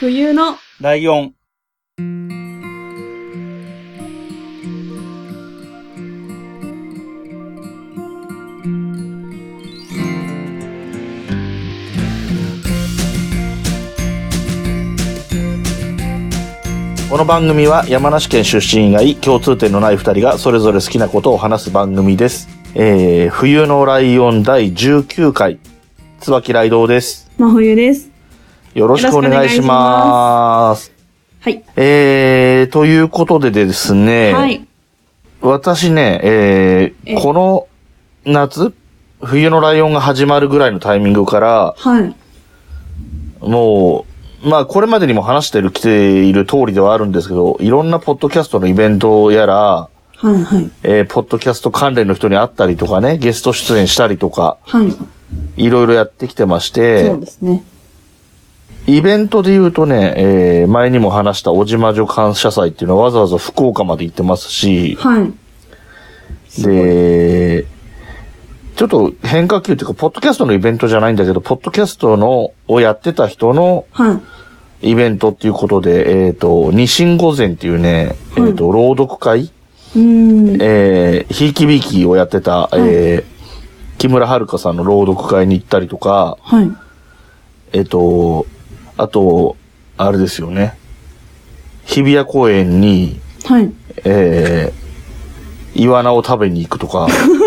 冬のライオン。この番組は山梨県出身以外共通点のない2人がそれぞれ好きなことを話す番組です。冬のライオン第19回、椿ライドウです。 真冬です。 よろしくお願いします。 はい。 ということでですね、 はい。 私ね、この夏、冬のライオンが始まるぐらいのタイミングから、 はい。 もう、まあこれまでにも話してきている通りではあるんですけど、いろんなポッドキャストのイベントやら、 はいはい。 ポッドキャスト関連の人に会ったりとかね、ゲスト出演したりとか、 はい。 いろいろやってきてまして、 そうですね。 イベントで言うとね、前にも話した小島女感謝祭っていうのはわざわざ福岡まで行ってますし、 はい。 で、ちょっと変化球っていうか、ポッドキャストのイベントじゃないんだけど、ポッドキャストをやってた人のイベントっていうことで、ニシン午前っていうね、 はい、 朗読会、ひいきびいきをやってた、木村遥さんの朗読会に行ったりとか、 はい。 あと、あれですよね。日比谷公園に、 はい。 イワナを食べに行くとか。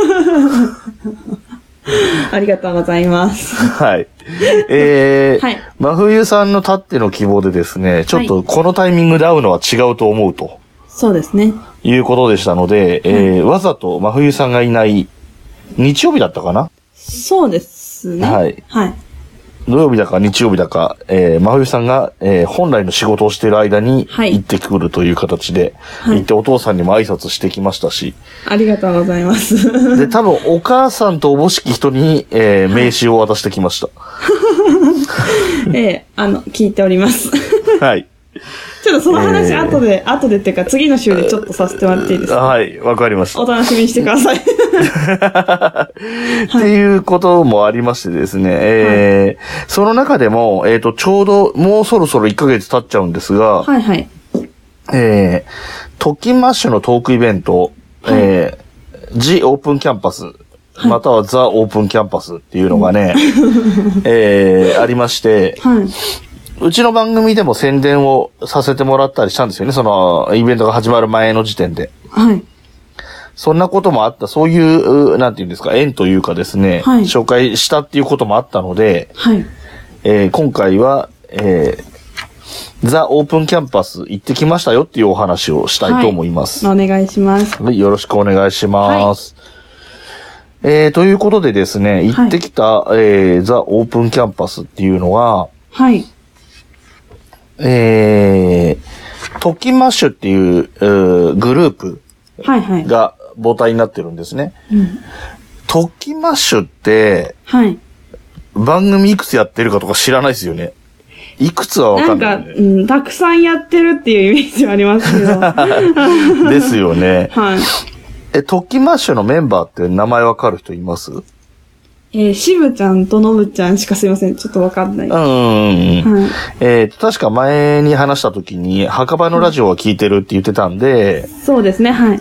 ありがとうございます。 はい。 はい。 真冬さんのたっての希望でですね、ちょっとこのタイミングで会うのは違うと思うと。 そうですね。 いうことでしたので、わざと真冬さんがいない日曜日だったかな？ そうですね。 はい。 はい。 土曜日だか日曜日だか、真冬さんが、本来の仕事をしている間に行ってくるという形で、行ってお父さんにも挨拶してきましたし。 ありがとうございます。 で、多分お母さんとおぼしき人に、名刺を渡してきました。 聞いております。 はい。 ちょっとその話後でっていうか次の週でちょっとさせてもらっていいですか？ はい、わかりました。 お楽しみにしてください。 っていうこともありましてですね、その中でも、ちょうどもうそろそろ1ヶ月経っちゃうんですが、 はいはい。 トキマッシュのトークイベント、ジ・オープンキャンパス、またはザ・オープンキャンパスっていうのがね、ありまして、 はい。 うちの番組でも宣伝をさせてもらったりしたんですよね。そのイベントが始まる前の時点で。 はい。 そんなこともあった、そういう、なんていうんですか、縁というかですね、 はい、 紹介したっていうこともあったので、 はい。 今回は、ザ・オープンキャンパス行ってきましたよっていうお話をしたいと思います。 はい、お願いします。 はい、よろしくお願いします。はい、ということでですね、行ってきた、ザ・オープンキャンパスっていうのは、 はい。 トキマッシュっていうグループが母体になってるんですね。 うん、 トキマッシュって、 はい、 番組いくつやってるかとか知らないですよね。いくつはわかんない、ね。 なんか、たくさんやってるっていうイメージはありますけど。 ですよね。 はい。 トキマッシュのメンバーって名前わかる人います？ しぶちゃんとのぶちゃんしかすいません。ちょっとわかんない。 はい。確か前に話した時に、墓場のラジオは聞いてるって言ってたんで、 そうですね、はい。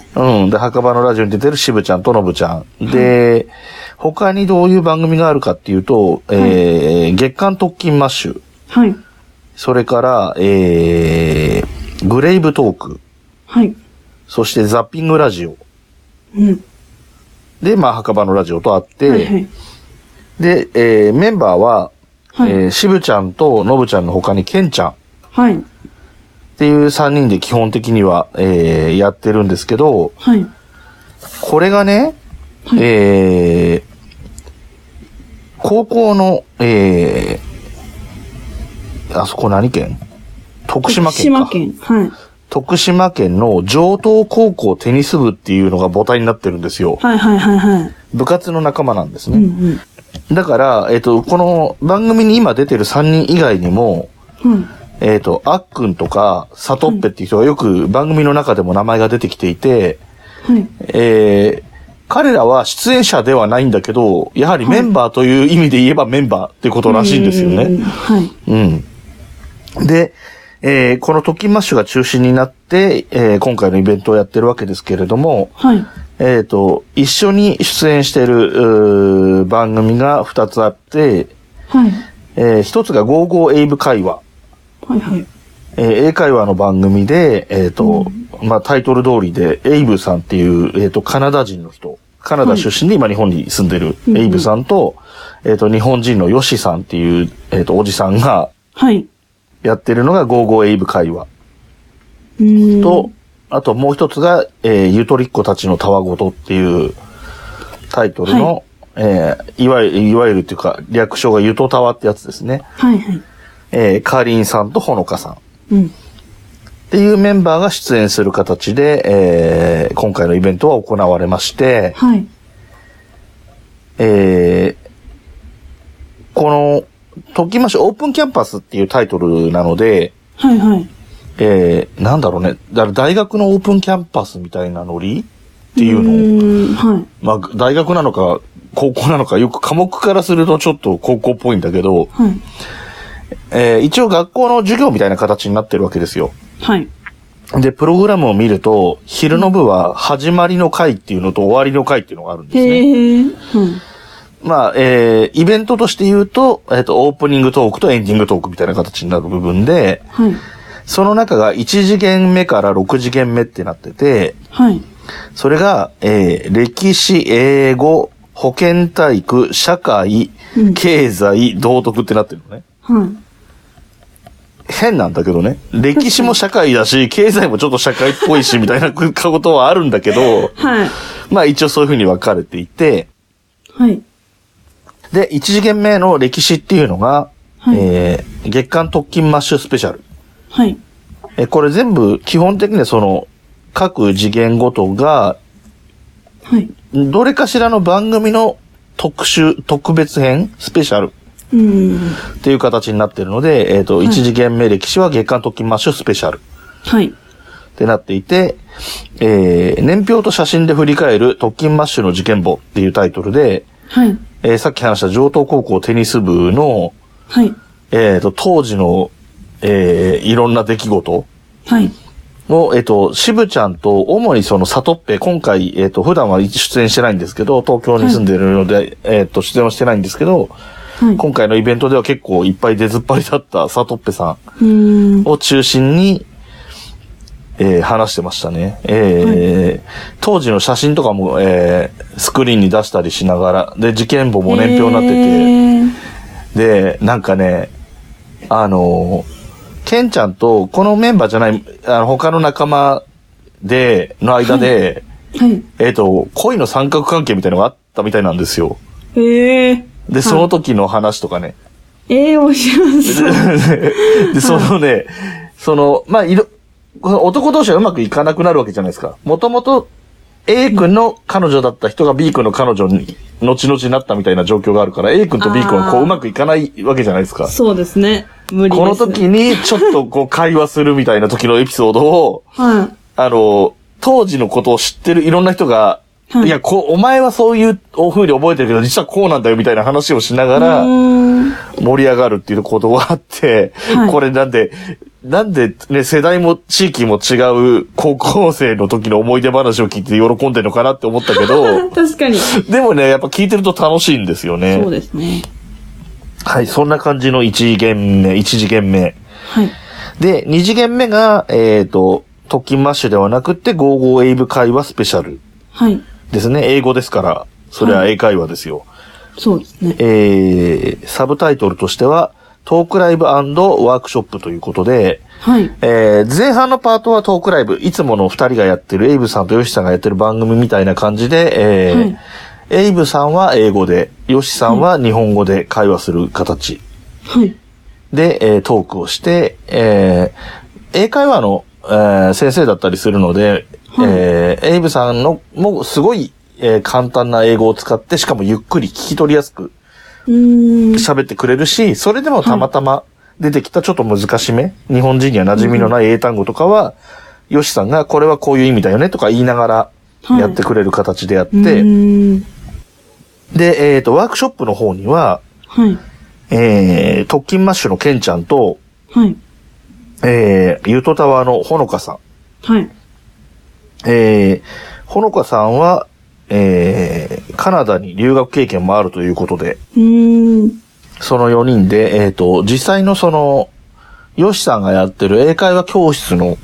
で、墓場のラジオに出てるしぶちゃんとのぶちゃん。で、他にどういう番組があるかっていうと、月刊特勤マッシュ。 はい。 それから、グレイブトーク。 はい。 そしてザッピングラジオ。 うん。 で、まあ、墓場のラジオとあって、 はいはい、 で、メンバーは、しぶちゃんとのぶちゃんの他にけんちゃん。 はい。 っていう3人で基本的には、やってるんですけど、 はい。 これがね、はい、高校の、あそこ何県？徳島県か。 徳島県。はい。 徳島県の城東高校テニス部っていうのが母体になってるんですよ。 はいはいはいはい。 部活の仲間なんですね。 うんうん、 だから、この番組に今出てる3人以外にも、あっくんとか、さとっぺっていう人がよく番組の中でも名前が出てきていて、はい、彼らは出演者ではないんだけど、やはりメンバーという意味で言えばメンバーっていうことらしいんですよね。 はい。 うん。 で、このトキンマッシュが中心になって、今回のイベントをやってるわけですけれども、 はい。 一緒に出演している番組が2つあって、 はい。 一つがゴーゴーエイブ会話。 はいはい。 英会話の番組で、まあ、タイトル通りで、エイブさんっていう、カナダ人の人、カナダ出身で今日本に住んでるエイブさんと、日本人のヨシさんっていう、おじさんが、 はい。 やってるのがゴーゴーエイブ会話。と、あともう一つが、ゆとりっ子たちのたわごとっていうタイトルの、いわゆるっていうか、略称がゆとたわってやつですね。 はいはい。 かりんさんとほのかさん。 うん。 っていうメンバーが出演する形で、今回のイベントは行われまして、 はい。 この、トキンマッシュオープンキャンパスっていうタイトルなので、 はいはい。 なんだろうね。だから大学のオープンキャンパスみたいなノリっていうのを、 はい。 まあ、大学なのか、高校なのか、よく科目からするとちょっと高校っぽいんだけど、 はい。 一応学校の授業みたいな形になってるわけですよ。 はい。 で、プログラムを見ると、昼の部は始まりの回っていうのと終わりの回っていうのがあるんですね。 へー。 まあ、イベントとして言うと、オープニングトークとエンディングトークみたいな形になる部分で、 はい。 その中が1次元目から6次元目ってなってて、 はい。 それが、歴史、英語、保健体育、社会、経済、道徳ってなってるのね。 はい。 変なんだけどね。歴史も社会だし、経済もちょっと社会っぽいし、みたいなことはあるんだけど、 はい。 まあ一応そういう風に分かれていて、 はい。 で、1次元目の歴史っていうのが、 はい。 月間特勤マッシュスペシャル。 はい。 これ全部基本的にその各次元ごとが、 はい。 どれかしらの番組の特別編、スペシャルっていう形になっているので、1次元目歴史は月間特勤マッシュスペシャル。 はい。 ってなっていて、年表と写真で振り返る特勤マッシュの事件簿っていうタイトルで、 はい。 さっき話した城東高校テニス部の、 はい。 当時の、いろんな出来事はい。 を、渋ちゃんと、主にその、里っぺ、今回、普段は出演してないんですけど、東京に住んでるので、出演はしてないんですけど、はい、今回のイベントでは結構いっぱい出ずっぱりだった里っぺさんを中心に、話してましたね。はい、当時の写真とかも、スクリーンに出したりしながら、で、事件簿も年表になってて、で、なんかね、ケンちゃんと、このメンバーじゃない、他の仲間の間で、はい、恋の三角関係みたいなのがあったみたいなんですよ。で、その時の話とかね。 面白そう。 で、そのね、まあ、男同士はうまくいかなくなるわけじゃないですか。もともと A 君の彼女だった人が B 君の彼女に後々なったみたいな状況があるから、A 君と B 君はこううまくいかないわけじゃないですか。 そうですね。無理ですね。 この時にちょっとこう会話するみたいな時のエピソードを、はい、当時のことを知ってるいろんな人が、はい、いや、お前はそういう風に覚えてるけど、実はこうなんだよみたいな話をしながら、盛り上がるっていうことがあって、はい、これなんでね、世代も地域も違う高校生の時の思い出話を聞いて喜んでるのかなって思ったけど、 確かに。 でもね、やっぱ聞いてると楽しいんですよね。 そうですね。 はい、そんな感じの1次元目。 はい。 で、2次元目が、特勤マッシュではなくて、ゴーゴーエイブ会話スペシャル。はい。ですね。英語ですから、それは英会話ですよ。はい、 そうですね。 サブタイトルとしては、トークライブ&ワークショップということで、はい。前半のパートはトークライブ、いつもの2人がやってる、エイブさんとヨシさんがやってる番組みたいな感じで、はい、エイブさんは英語で、ヨシさんは日本語で会話する形。はい。で、トークをして、英会話の、先生だったりするので、はい、エイブさんのもすごい、簡単な英語を使って、しかもゆっくり聞き取りやすく喋ってくれるし、それでもたまたま出てきたちょっと難しめ、日本人には馴染みのない英単語とかは、ヨシさんがこれはこういう意味だよねとか言いながらやってくれる形でやって、はい、で、ワークショップの方には、はい、特勤マッシュのケンちゃんと、はい、 ゆとたわのほのかさん。 はい。 ほのかさんは、カナダに留学経験もあるということで、その4人で、実際のその、ヨシさんがやってる英会話教室の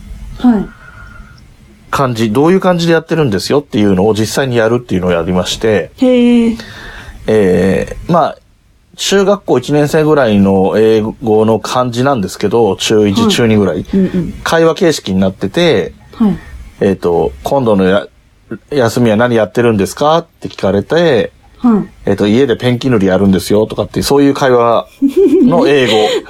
感じ、どういう感じでやってるんですよっていうのを実際にやるっていうのをやりまして、まあ、中学校1年生ぐらいの英語の感じなんですけど、中1、中2ぐらい、会話形式になってて、今度の休みは何やってるんですかって聞かれて、家でペンキ塗りやるんですよとかって、そういう会話の英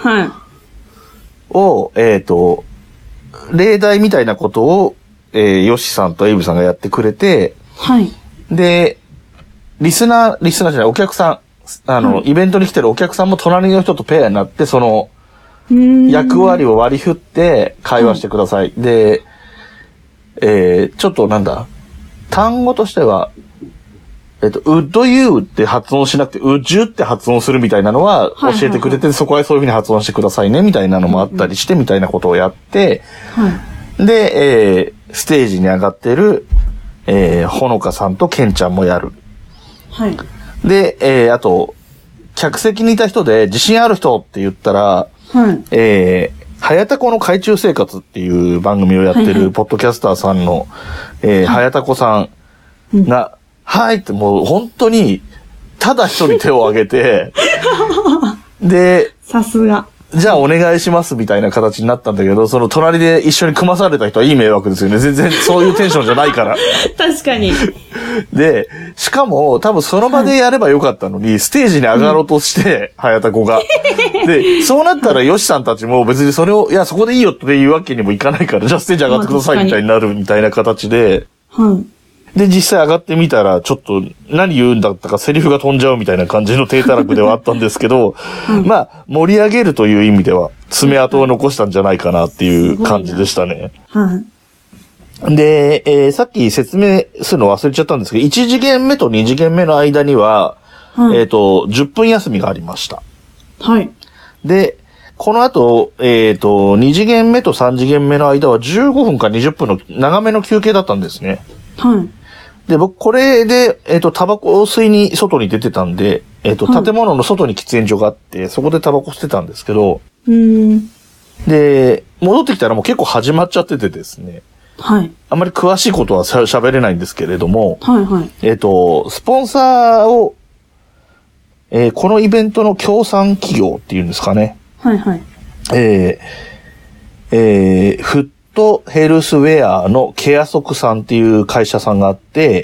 語を、例題みたいなことを、ヨシさんとエイブさんがやってくれて、で、リスナーじゃない、お客さん、イベントに来てるお客さんも隣の人とペアになって、その、役割を割り振って会話してください。で、ちょっとなんだ、単語としては、would you って発音しなくて、would you って発音するみたいなのは教えてくれて、そこはそういうふうに発音してくださいね、みたいなのもあったりして、みたいなことをやって、で、ステージに上がってる、ほのかさんとケンちゃんもやる。で、あと、客席にいた人で自信ある人って言ったら、はやたこの海中生活っていう番組をやってるポッドキャスターさんの、はやたこさんが、はいってもう本当に、ただ一人手を挙げて、で、 さすが。 じゃあお願いしますみたいな形になったんだけど、その隣で一緒に組まされた人はいい迷惑ですよね。全然そういうテンションじゃないから。 確かに。 で、しかも多分その場でやればよかったのに、ステージに上がろうとして、はやたこが。で、そうなったらヨシさんたちも別にそれを、いや、そこでいいよっていうわけにもいかないから、じゃあステージ上がってくださいみたいになるみたいな形で、で、実際上がってみたら、ちょっと何言うんだったかセリフが飛んじゃうみたいな感じの低たらくではあったんですけど、まあ、盛り上げるという意味では、爪痕を残したんじゃないかなっていう感じでしたね。で、さっき説明するの忘れちゃったんですけど、1次元目と2次元目の間には、10分休みがありました。で、この後、2次元目と3次元目の間は15分か20分の長めの休憩だったんですね。で、僕、これで、タバコを吸いに外に出てたんで、建物の外に喫煙所があって、そこでタバコ吸ってたんですけど、で、戻ってきたらもう結構始まっちゃっててですね、あんまり詳しいことは喋れないんですけれども、スポンサーを、このイベントの協賛企業っていうんですかね。フットヘルスウェアのケアソクさんっていう会社さんがあって、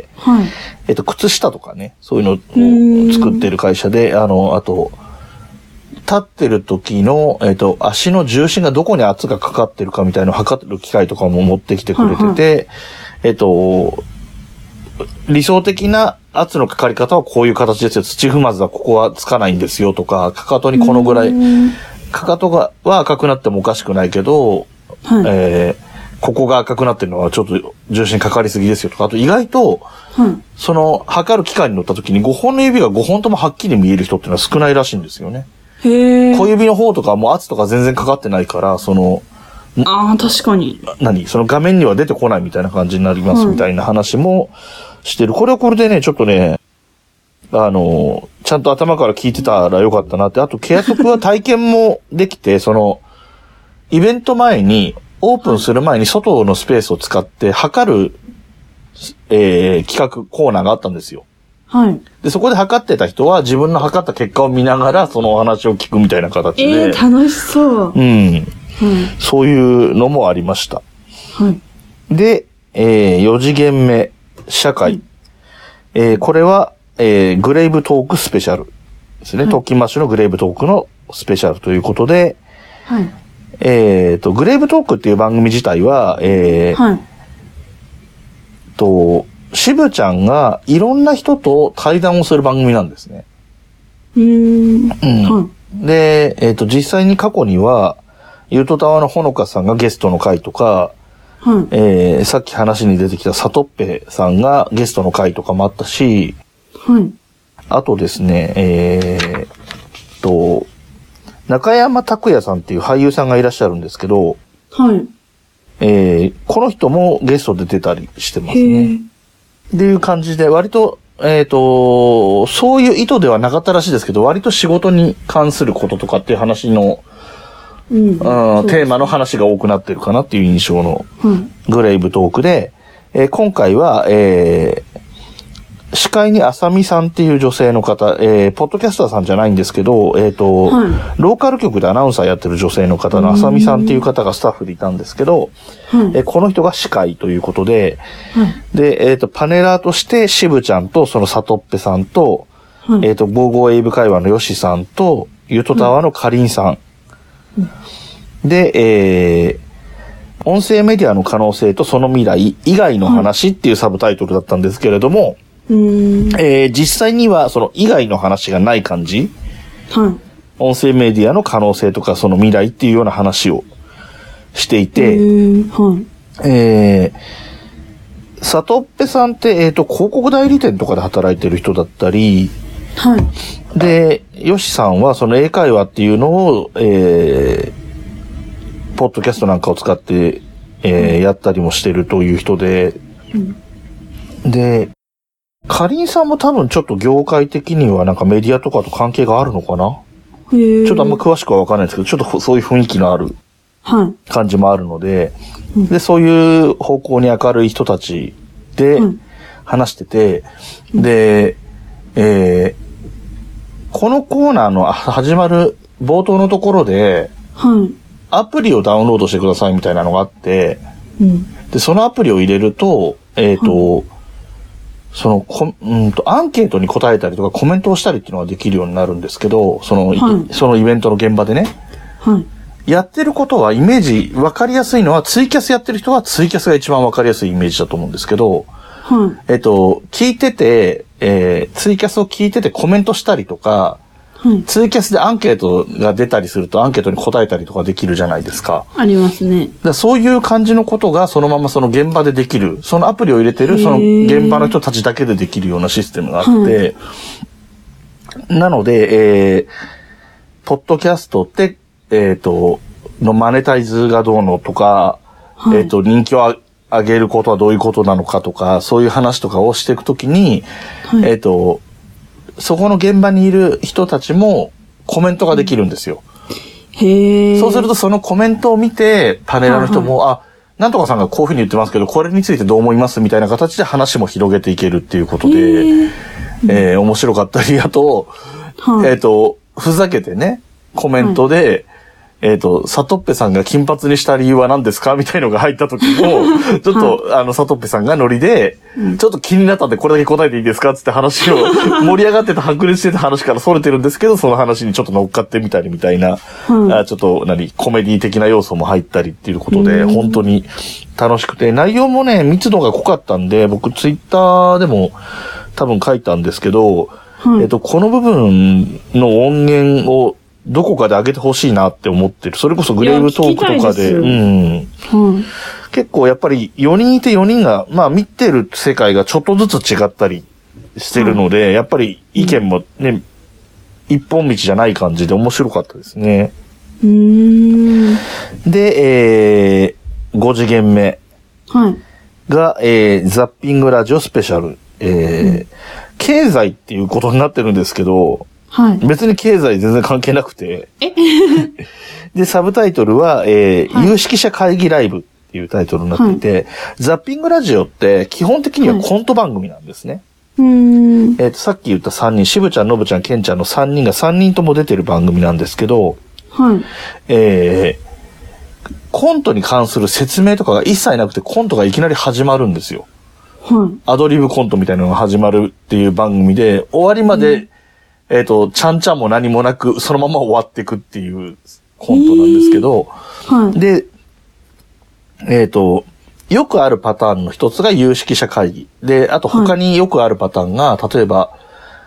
靴下とかね、そういうのを作ってる会社で、あと、立ってる時の、足の重心がどこに圧がかかってるかみたいなのを測る機械とかも持ってきてくれてて、理想的な圧のかかり方はこういう形ですよ。土踏まずはここはつかないんですよとか、かかとにこのぐらい、かかとは赤くなってもおかしくないけど、ここが赤くなってるのはちょっと重心かかりすぎですよとか、あと意外と、その測る機械に乗った時に5本の指が5本ともはっきり見える人っていうのは少ないらしいんですよね。小指の方とかも圧とか全然かかってないから、その、 確かに。 その画面には出てこないみたいな感じになりますみたいな話もしてる。これはこれでね、ちょっとね、ちゃんと頭から聞いてたらよかったなって。あと、ケアトクは体験もできて、その、イベント前に、オープンする前に外のスペースを使って測る、企画コーナーがあったんですよ。で、そこで測ってた人は自分の測った結果を見ながらそのお話を聞くみたいな形で。 楽しそう。 そういうのもありました。で、4次元目、社会。これは、グレイブトークスペシャルですね。トキマッシュのグレイブトークのスペシャルということで、グレイブトークっていう番組自体は、渋ちゃんがいろんな人と対談をする番組なんですね。で、実際に過去には、ゆとたわのほのかさんがゲストの回とか、さっき話に出てきたさとっぺさんがゲストの回とかもあったし、あとですね、中山拓也さんっていう俳優さんがいらっしゃるんですけど、 はい。 この人もゲストで出たりしてますへね。っていう感じで、割と、そういう意図ではなかったらしいですけど、割と仕事に関することとかっていう話の、テーマの話が多くなってるかなっていう印象のグレイブトークで、今回は、司会にあさみさんっていう女性の方、ポッドキャスターさんじゃないんですけど、ローカル局でアナウンサーやってる女性の方のあさみさんっていう方がスタッフでいたんですけど、この人が司会ということで、で、パネラーとして渋ちゃんとそのさとっぺさんと、ゴーゴーエイブ会話のよしさんと、ゆとたわのかりんさん。で、音声メディアの可能性とその未来以外の話っていうサブタイトルだったんですけれども、実際にはその以外の話がない感じ、音声メディアの可能性とかその未来っていうような話をしていて、さとっぺさんって、広告代理店とかで働いてる人だったり、で、よしさんはその英会話っていうのを、ポッドキャストなんかを使って、やったりもしてるという人で、で、かりんさんも多分ちょっと業界的にはなんかメディアとかと関係があるのかな？ちょっとあんま詳しくはわかんないんですけど、ちょっとそういう雰囲気のある感じもあるので、で、そういう方向に明るい人たちで話してて、で、このコーナーの始まる冒頭のところで、アプリをダウンロードしてくださいみたいなのがあって、で、そのアプリを入れると、そのアンケートに答えたりとかコメントをしたりっていうのができるようになるんですけど、そのイベントの現場でね。やってることはイメージ分かりやすいのは、ツイキャスやってる人はツイキャスが一番分かりやすいイメージだと思うんですけど、聞いてて、ツイキャスを聞いててコメントしたりとか、ツイキャスでアンケートが出たりするとアンケートに答えたりとかできるじゃないですか。 ありますね。 そういう感じのことがそのままその現場でできる。そのアプリを入れてるその現場の人たちだけでできるようなシステムがあって、なので、ポッドキャストって、のマネタイズがどうのとか、人気を上げることはどういうことなのかとか、そういう話とかをしていくときに、そこの現場にいる人たちもコメントができるんですよ。そうするとそのコメントを見て、パネラーの人も、なんとかさんがこういうふうに言ってますけど、これについてどう思いますみたいな形で話も広げていけるっていうことで、面白かったり、あと、ふざけてね、コメントで、さとっぺさんが金髪にした理由は何ですかみたいのが入った時も、ちょっと、さとっぺさんがノリで、ちょっと気になったんでこれだけ答えていいですかつって話を、盛り上がってた、白熱してた話から逸れてるんですけど、その話にちょっと乗っかってみたりみたいな、ちょっと、コメディ的な要素も入ったりっていうことで、本当に楽しくて、内容もね、密度が濃かったんで、僕ツイッターでも多分書いたんですけど、この部分の音源を、どこかで上げてほしいなって思ってる。それこそグレイブトークとかで。結構やっぱり4人いて4人が、見てる世界がちょっとずつ違ったりしてるので、やっぱり意見もね、一本道じゃない感じで面白かったですね。で、5次元目が、ザッピングラジオスペシャル。経済っていうことになってるんですけど、別に経済全然関係なくて。で、サブタイトルは、有識者会議ライブっていうタイトルになっていて、ザッピングラジオって基本的にはコント番組なんですね。さっき言った3人、渋ちゃん、のぶちゃん、けんちゃんの3人が3人とも出てる番組なんですけど、コントに関する説明とかが一切なくてコントがいきなり始まるんですよ。アドリブコントみたいなのが始まるっていう番組で、終わりまで、ちゃんちゃんも何もなく、そのまま終わっていくっていうコントなんですけど、で、よくあるパターンの一つが有識者会議。で、あと他によくあるパターンが、例えば、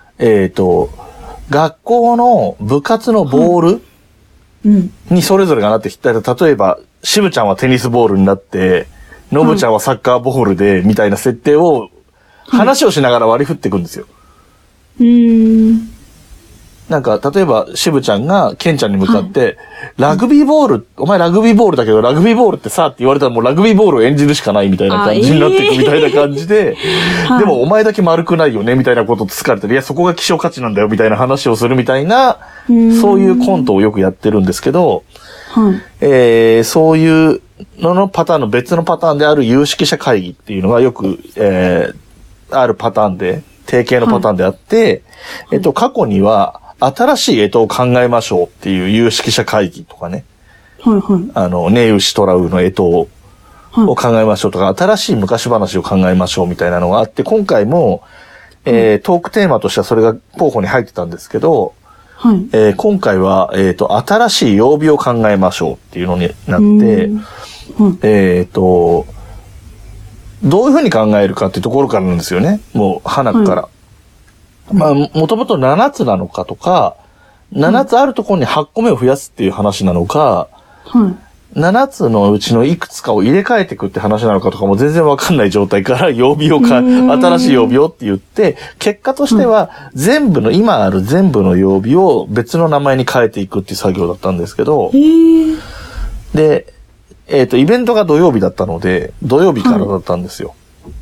学校の部活のボールにそれぞれがなってきたら、例えば、渋ちゃんはテニスボールになって、のぶちゃんはサッカーボールで、みたいな設定を、話をしながら割り振っていくんですよ。 なんか、例えば、渋ちゃんが、ケンちゃんに向かって、ラグビーボール、お前ラグビーボールだけど、ラグビーボールってさ、って言われたらもうラグビーボールを演じるしかないみたいな感じになっていくみたいな感じで、でもお前だけ丸くないよね、みたいなことつかれてる。いや、そこが希少価値なんだよ、みたいな話をするみたいな、そういうコントをよくやってるんですけど、そういうののパターンの別のパターンである有識者会議っていうのがよく、あるパターンで、定型のパターンであって、過去には、新しい干支を考えましょうっていう有識者会議とかね。ネウシトラウの干支を考えましょうとか、新しい昔話を考えましょうみたいなのがあって、今回も、トークテーマとしてはそれが候補に入ってたんですけど、今回は、新しい曜日を考えましょうっていうのになって、どういうふうに考えるかっていうところからなんですよね。もう、花から。まあ、もともと7つなのかとか、7つあるところに8個目を増やすっていう話なのか、7つのうちのいくつかを入れ替えていくって話なのかとかも全然わかんない状態から曜日を新しい曜日をって言って、結果としては今ある全部の曜日を別の名前に変えていくっていう作業だったんですけど、で、イベントが土曜日だったので、土曜日からだったんですよ。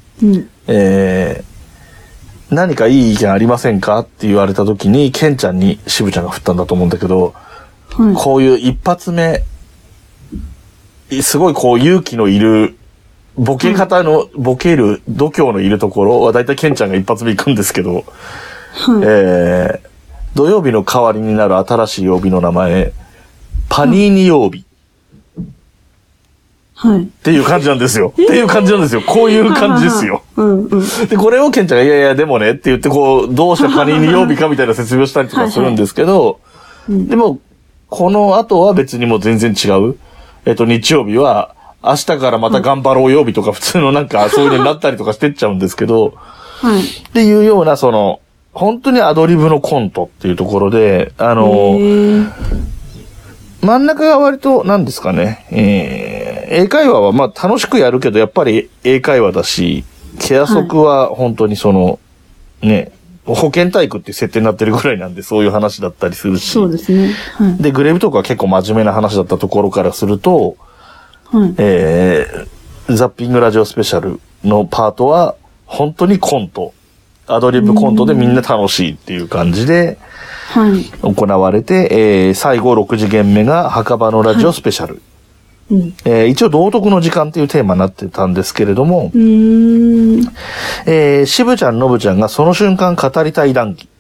何かいい意見ありませんかって言われた時に、ケンちゃんに渋ちゃんが振ったんだと思うんだけど、こういう一発目、すごいこう勇気のいる、ボケる度胸のいるところはだいたいケンちゃんが一発目行くんですけど、土曜日の代わりになる新しい曜日の名前、パニーニ曜日。っていう感じなんですよ。っていう感じなんですよ。こういう感じですよ。で、これをケンちゃんが、いやいや、でもねって言って、こう、どうしてパニーニ曜日かみたいな説明をしたりとかするんですけど、でも、この後は別にもう全然違う。日曜日は、明日からまた頑張ろう曜日とか、普通のなんか、そういうのになったりとかしてっちゃうんですけど、っていうような、本当にアドリブのコントっていうところで、真ん中が割と、何ですかね、英会話はまあ楽しくやるけど、やっぱり英会話だし、ケア則は本当にね、保健体育っていう設定になってるぐらいなんで、そういう話だったりするし。 そうですね。 で、グレーブトークは結構真面目な話だったところからすると、ザッピングラジオスペシャルのパートは、本当にコント。アドリブコントでみんな楽しいっていう感じで、行われて、最後6次元目が墓場のラジオスペシャル。一応道徳の時間っていうテーマになってたんですけれども、渋ちゃん、のぶちゃんがその瞬間語りたい談義。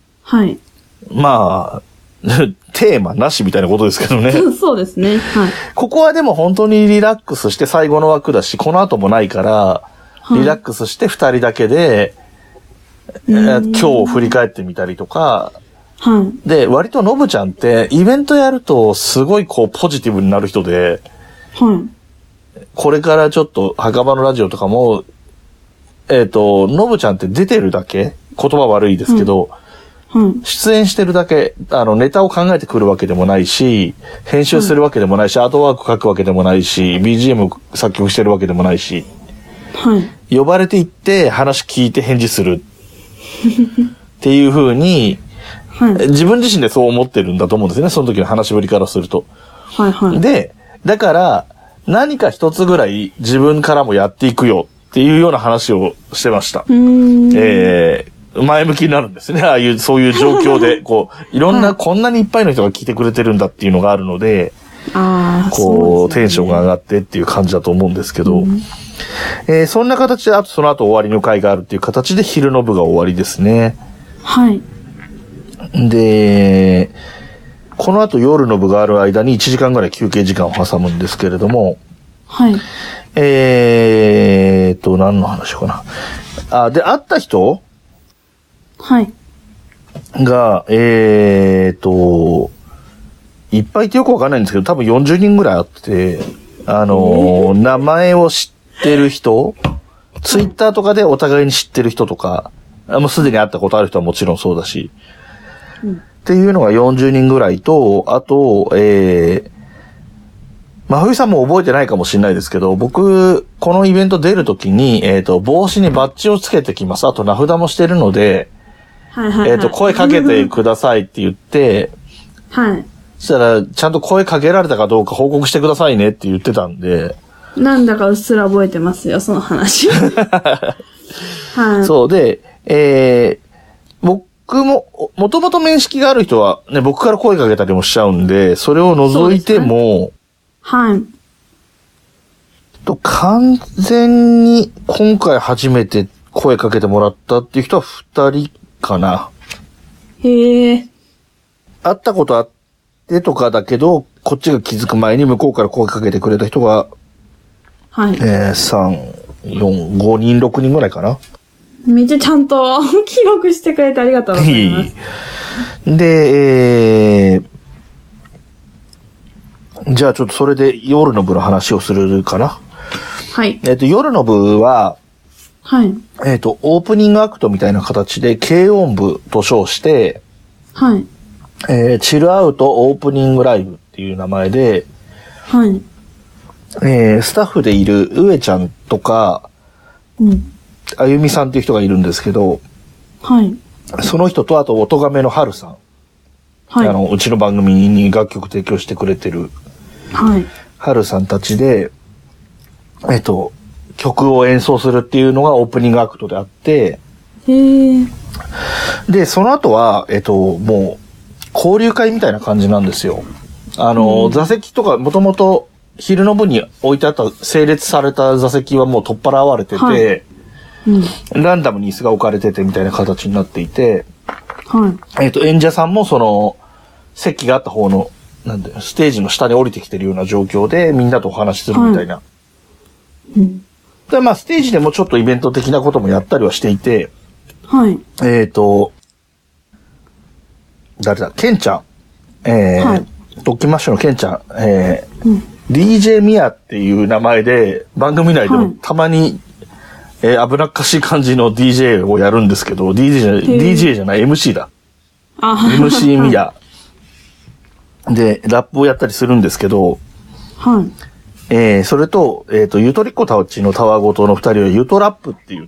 まあ、テーマなしみたいなことですけどね。 そうですね。 ここはでも本当にリラックスして最後の枠だし、この後もないから、リラックスして2人だけで、今日を振り返ってみたりとか、で、割とのぶちゃんってイベントやるとすごいこうポジティブになる人で、これからちょっと墓場のラジオとかも、のぶちゃんって出てるだけ、言葉悪いですけど、出演してるだけ、ネタを考えてくるわけでもないし、編集するわけでもないし、アートワーク書くわけでもないし、BGM 作曲してるわけでもないし、呼ばれていって話聞いて返事するっていう風に、自分自身でそう思ってるんだと思うんですよね。その時の話ぶりからすると。で、だから、何か一つぐらい自分からもやっていくよっていうような話をしてました。前向きになるんですね。そういう状況で、こう、いろんな、こんなにいっぱいの人が聞いてくれてるんだっていうのがあるので、こう、テンションが上がってっていう感じだと思うんですけど、そんな形で、その後終わりの回があるっていう形で昼の部が終わりですね。で、この後夜の部がある間に1時間ぐらい休憩時間を挟むんですけれども、何の話かな。で、会った人が、いっぱいいてよくわかんないんですけど、多分40人ぐらいあって、名前を知ってる人、ツイッターとかでお互いに知ってる人とか、もうすでに会ったことある人はもちろんそうだし、っていうのが40人ぐらいと、あと、真冬さんも覚えてないかもしれないですけど、僕、このイベント出るときに、帽子にバッジをつけてきます。あと名札もしてるので、 はいはいはい。 声かけてくださいって言って、 はい。 そしたら、ちゃんと声かけられたかどうか報告してくださいねって言ってたんで。 なんだかうっすら覚えてますよ、その話。はい。 そうで、僕も、もともと面識がある人はね、僕から声かけたりもしちゃうんで、それを除いても、 はい。 完全に今回初めて声かけてもらったっていう人は2人かな。 へえ。 会ったことあってとかだけど、こっちが気づく前に向こうから声かけてくれた人が、 はい。 3、4、5人、6人ぐらいかな。 めっちゃちゃんと記録してくれてありがとうございます。 で、じゃあちょっとそれで夜の部の話をするかな。 はい。 夜の部は、 はい。 オープニングアクトみたいな形で軽音部と称して、 はい。 チルアウトオープニングライブっていう名前で、 はい。 スタッフでいる上ちゃんとか、 うん。 あゆみさんっていう人がいるんですけど、 はい。 その人とあと音亀の春さん。 はい。 うちの番組に楽曲提供してくれてる、 はい。 春さんたちで、曲を演奏するっていうのがオープニングアクトであって、 へえ。 で、その後は、もう、交流会みたいな感じなんですよ。座席とか、もともと昼の部に置いてあった、整列された座席はもう取っ払われてて、はい、ランダムに椅子が置かれててみたいな形になっていて、 はい。 演者さんもその、席があった方の、ステージの下に降りてきてるような状況で、みんなとお話しするみたいな。はい、で、まあ、ステージでもちょっとイベント的なこともやったりはしていて、 はい。 誰だ、ケンちゃん。はい。ドッキンマッシュのケンちゃん。DJ ミヤっていう名前で、番組内でもたまに、危なっかしい感じの DJ をやるんですけど、DJ じゃない、MC だ。MC ミヤ。で、ラップをやったりするんですけど、 はい。 それと、ゆとりっ子たちのタワーごとの2人はゆとラップって言って、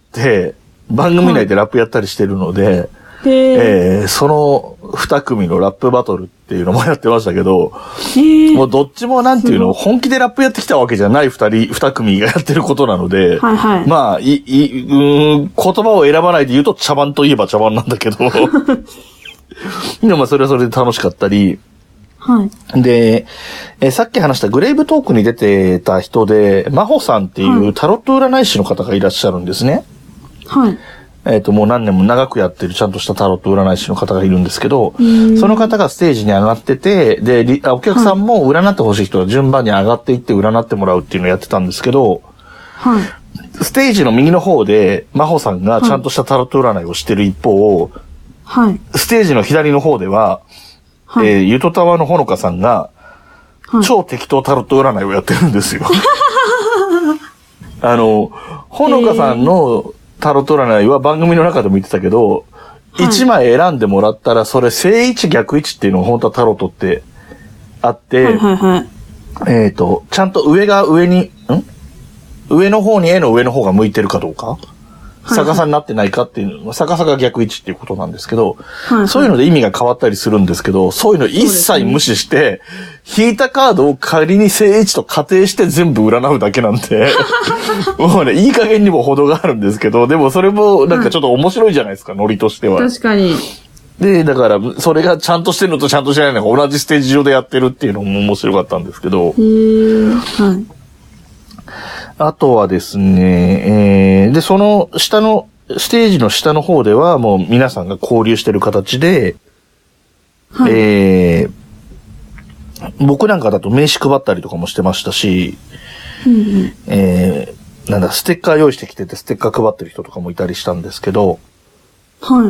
番組内でラップやったりしてるので、その2組のラップバトルっていうのもやってましたけど、もうどっちもなんていうの、本気でラップやってきたわけじゃない2組がやってることなので、 はいはい、 まあ、言葉を選ばないで言うと茶番といえば茶番なんだけど、でもそれはそれで楽しかったり、 はい。 で、さっき話したグレイブトークに出てた人で、マホさんっていうタロット占い師の方がいらっしゃるんですね。 はい。 もう何年も長くやってるちゃんとしたタロット占い師の方がいるんですけど、その方がステージに上がってて、で、お客さんも占ってほしい人は順番に上がっていって占ってもらうっていうのをやってたんですけど、 はい。 ステージの右の方で、マホさんがちゃんとしたタロット占いをしてる一方、 はい。 ステージの左の方では、はい、ゆとたわのほのかさんが、はい、超適当タロット占いをやってるんですよ。ほのかさんのタロット占いは番組の中でも言ってたけど、はい、1枚選んでもらったら、それ正位置逆位置っていうのが本当はタロットってあって、 はいはいはい、 ちゃんと上の方に絵の上の方が向いてるかどうか、逆さになってないかっていうの、逆さが逆位置っていうことなんですけど、はいはい、そういうので意味が変わったりするんですけど、そういうの一切無視して、引いたカードを仮に正位置と仮定して全部占うだけなんで、もうね、いい加減にも程があるんですけど、でもそれもなんかちょっと面白いじゃないですか、ノリとしては。 確かに。 で、だから、それがちゃんとしてるのとちゃんとしてないのが同じステージ上でやってるっていうのも面白かったんですけど、 はい。 あとはですね、で、その下の、ステージの下の方ではもう皆さんが交流してる形で、はい、僕なんかだと名刺配ったりとかもしてましたし、ステッカー用意してきててステッカー配ってる人とかもいたりしたんですけど、 はい。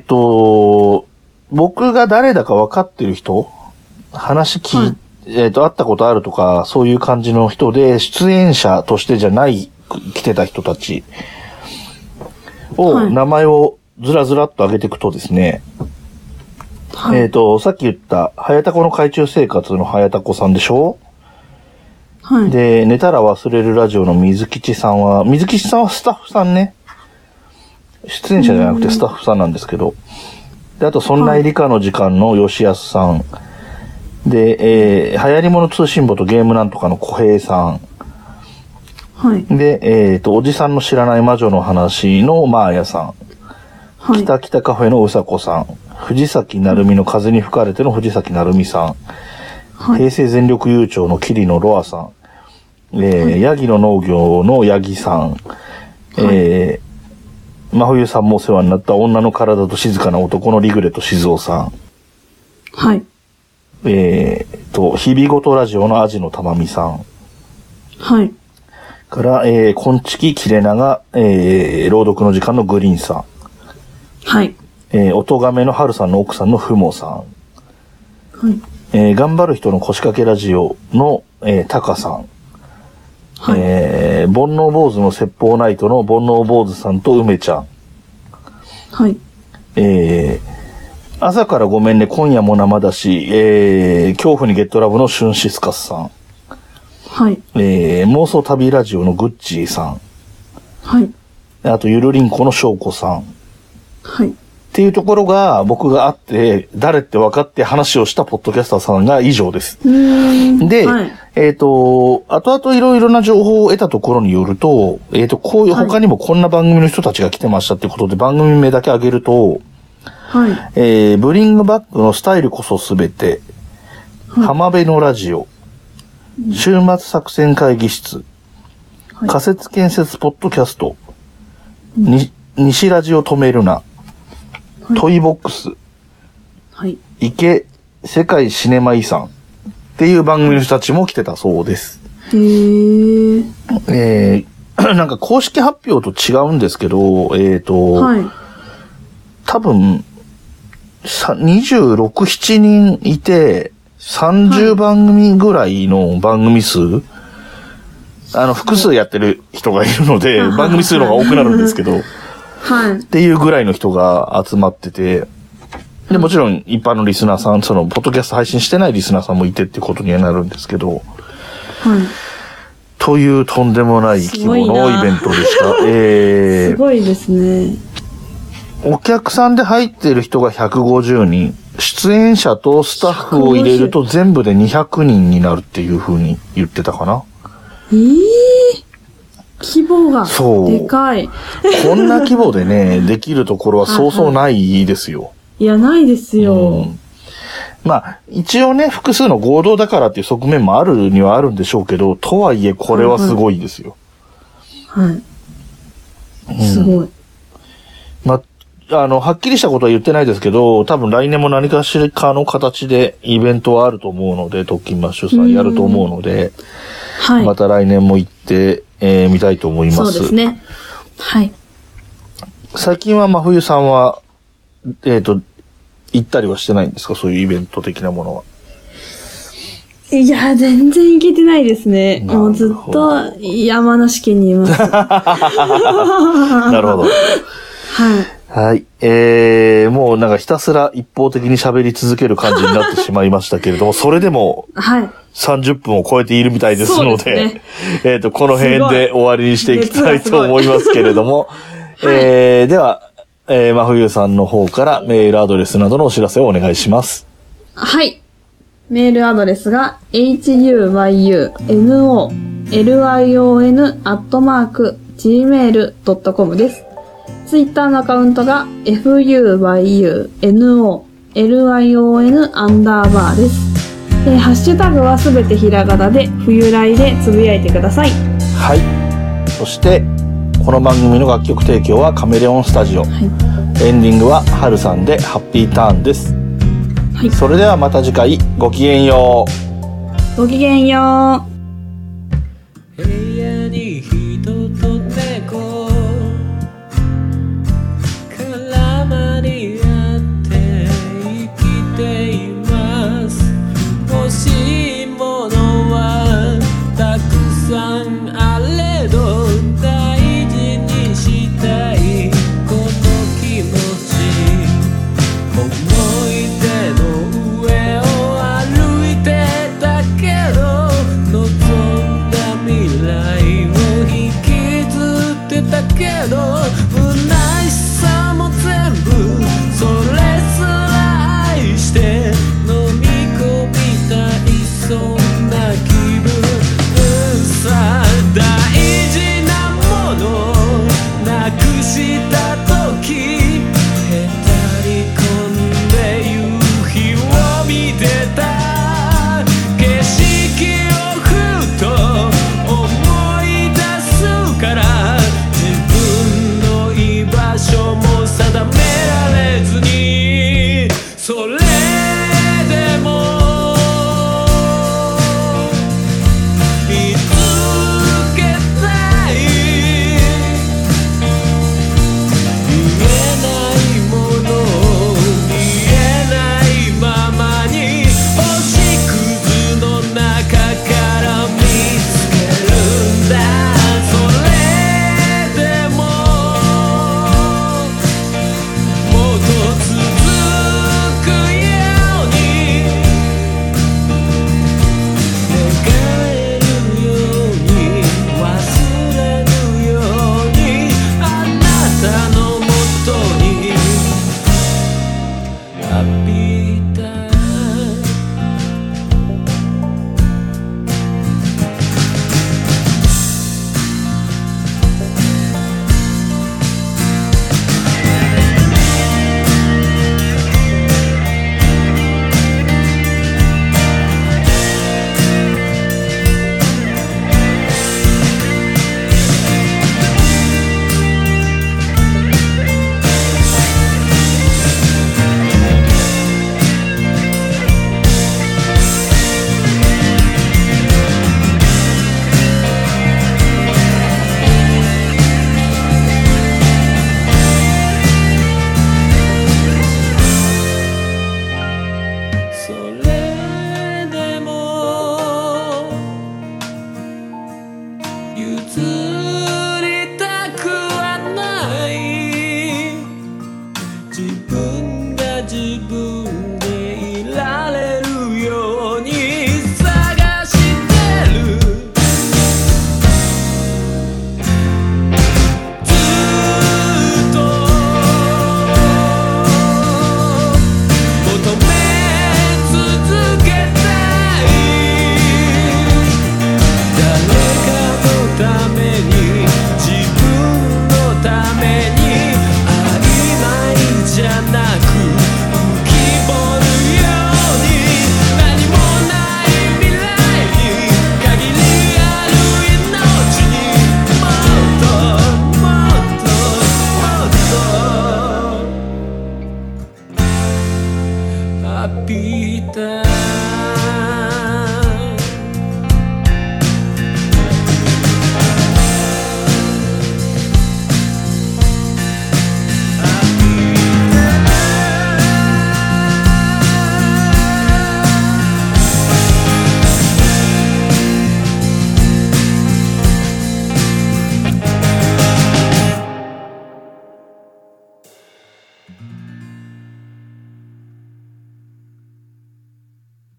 僕が誰だか分かってる人、話聞いて、会ったことあるとか、そういう感じの人で、出演者としてじゃない、来てた人たちを、名前をずらずらっと上げていくとですね、はい、さっき言った、はやたこの海中生活のはやたこさんでしょ？はい。で、寝たら忘れるラジオの水吉さんはスタッフさんね。 出演者じゃなくてスタッフさんなんですけど。で、あと、そんな理科の時間の吉安さん。で、流行り物通信簿とゲームなんとかの小平さん。 はい。 で、おじさんの知らない魔女の話のマーヤさん。はい。北カフェのうさこさん。藤崎成美の風に吹かれての藤崎成美さん。はい。平成全力悠長の桐野ロアさん。ヤギの農業のヤギさん。真冬さんもお世話になった女の体と静かな男のリグレット静雄さん。 はい。 日々ごとラジオのアジのたまみさん。 はい。 から、こんちききれなが、朗読の時間のグリーンさん。 はい。 おとがめの春さんの奥さんのふもさん。 はい。 頑張る人の腰掛けラジオの、タカさん。はい。煩悩坊主の説法ナイトの煩悩坊主さんと梅ちゃん。 はい。 朝からごめんね、今夜も生だし、恐怖にゲットラブのシュンシスカスさん。 はい。 妄想旅ラジオのグッチーさん。 はい。 あと、ゆるりんこのしょうこさん。 はい。 っていうところが僕があって、誰って分かって話をしたポッドキャスターさんが以上です。で、はい、後々いろいろな情報を得たところによると、こういう他にもこんな番組の人たちが来てましたってことで番組名だけ挙げると、はい。ブリングバックのスタイルこそすべて、はい、浜辺のラジオ、週末作戦会議室、はい、仮説建設ポッドキャスト、西ラジオ止めるな、はい、トイボックス、はい、池世界シネマ遺産っていう番組の人たちも来てたそうです。なんか公式発表と違うんですけど、はい、多分、26、7人いて、30番組ぐらいの番組数、複数やってる人がいるので、番組数の方が多くなるんですけど、はい。っていうぐらいの人が集まってて、で、もちろん一般のリスナーさん、ポッドキャスト配信してないリスナーさんもいてってことにはなるんですけど、はい。というとんでもない規模のイベントでした。 すごいですね。 お客さんで入っている人が150人、出演者とスタッフを入れると全部で200人になるっていう風に言ってたかな。 規模がでかい。 こんな規模でね、できるところはそうそうないですよ。 いや、ないですよ。 まあ、一応ね、複数の合同だからっていう側面もあるにはあるんでしょうけど、とはいえこれはすごいですよ。 はい。すごい。 まあ、はっきりしたことは言ってないですけど、多分来年も何かしらかの形でイベントはあると思うので、特勤マッシュさんやると思うので、はい。また来年も行って、みたいと思います。 そうですね。はい。 最近は真冬さんは、行ったりはしてないんですか？そういうイベント的なものは。 いや、全然行けてないですね。もうずっと山梨県にいます。なるほど。 はい。 はい。もうなんかひたすら一方的に喋り続ける感じになってしまいましたけれども、それでも、はい。30分を超えているみたいですので、この辺で終わりにしていきたいと思いますけれども、では、真冬さんの方からメールアドレスなどのお知らせをお願いします。 はい。メールアドレスが huyunolion@gmail.com です。ツイッターのアカウントが fuyunolion_です。ハッシュタグはすべてひらがなで冬来でつぶやいてください。 はい。そしてこの番組の楽曲提供はカメレオンスタジオ。はい、エンディングは春さんでハッピーターンです。はい。それではまた次回ごきげんよう。 ごきげんよう。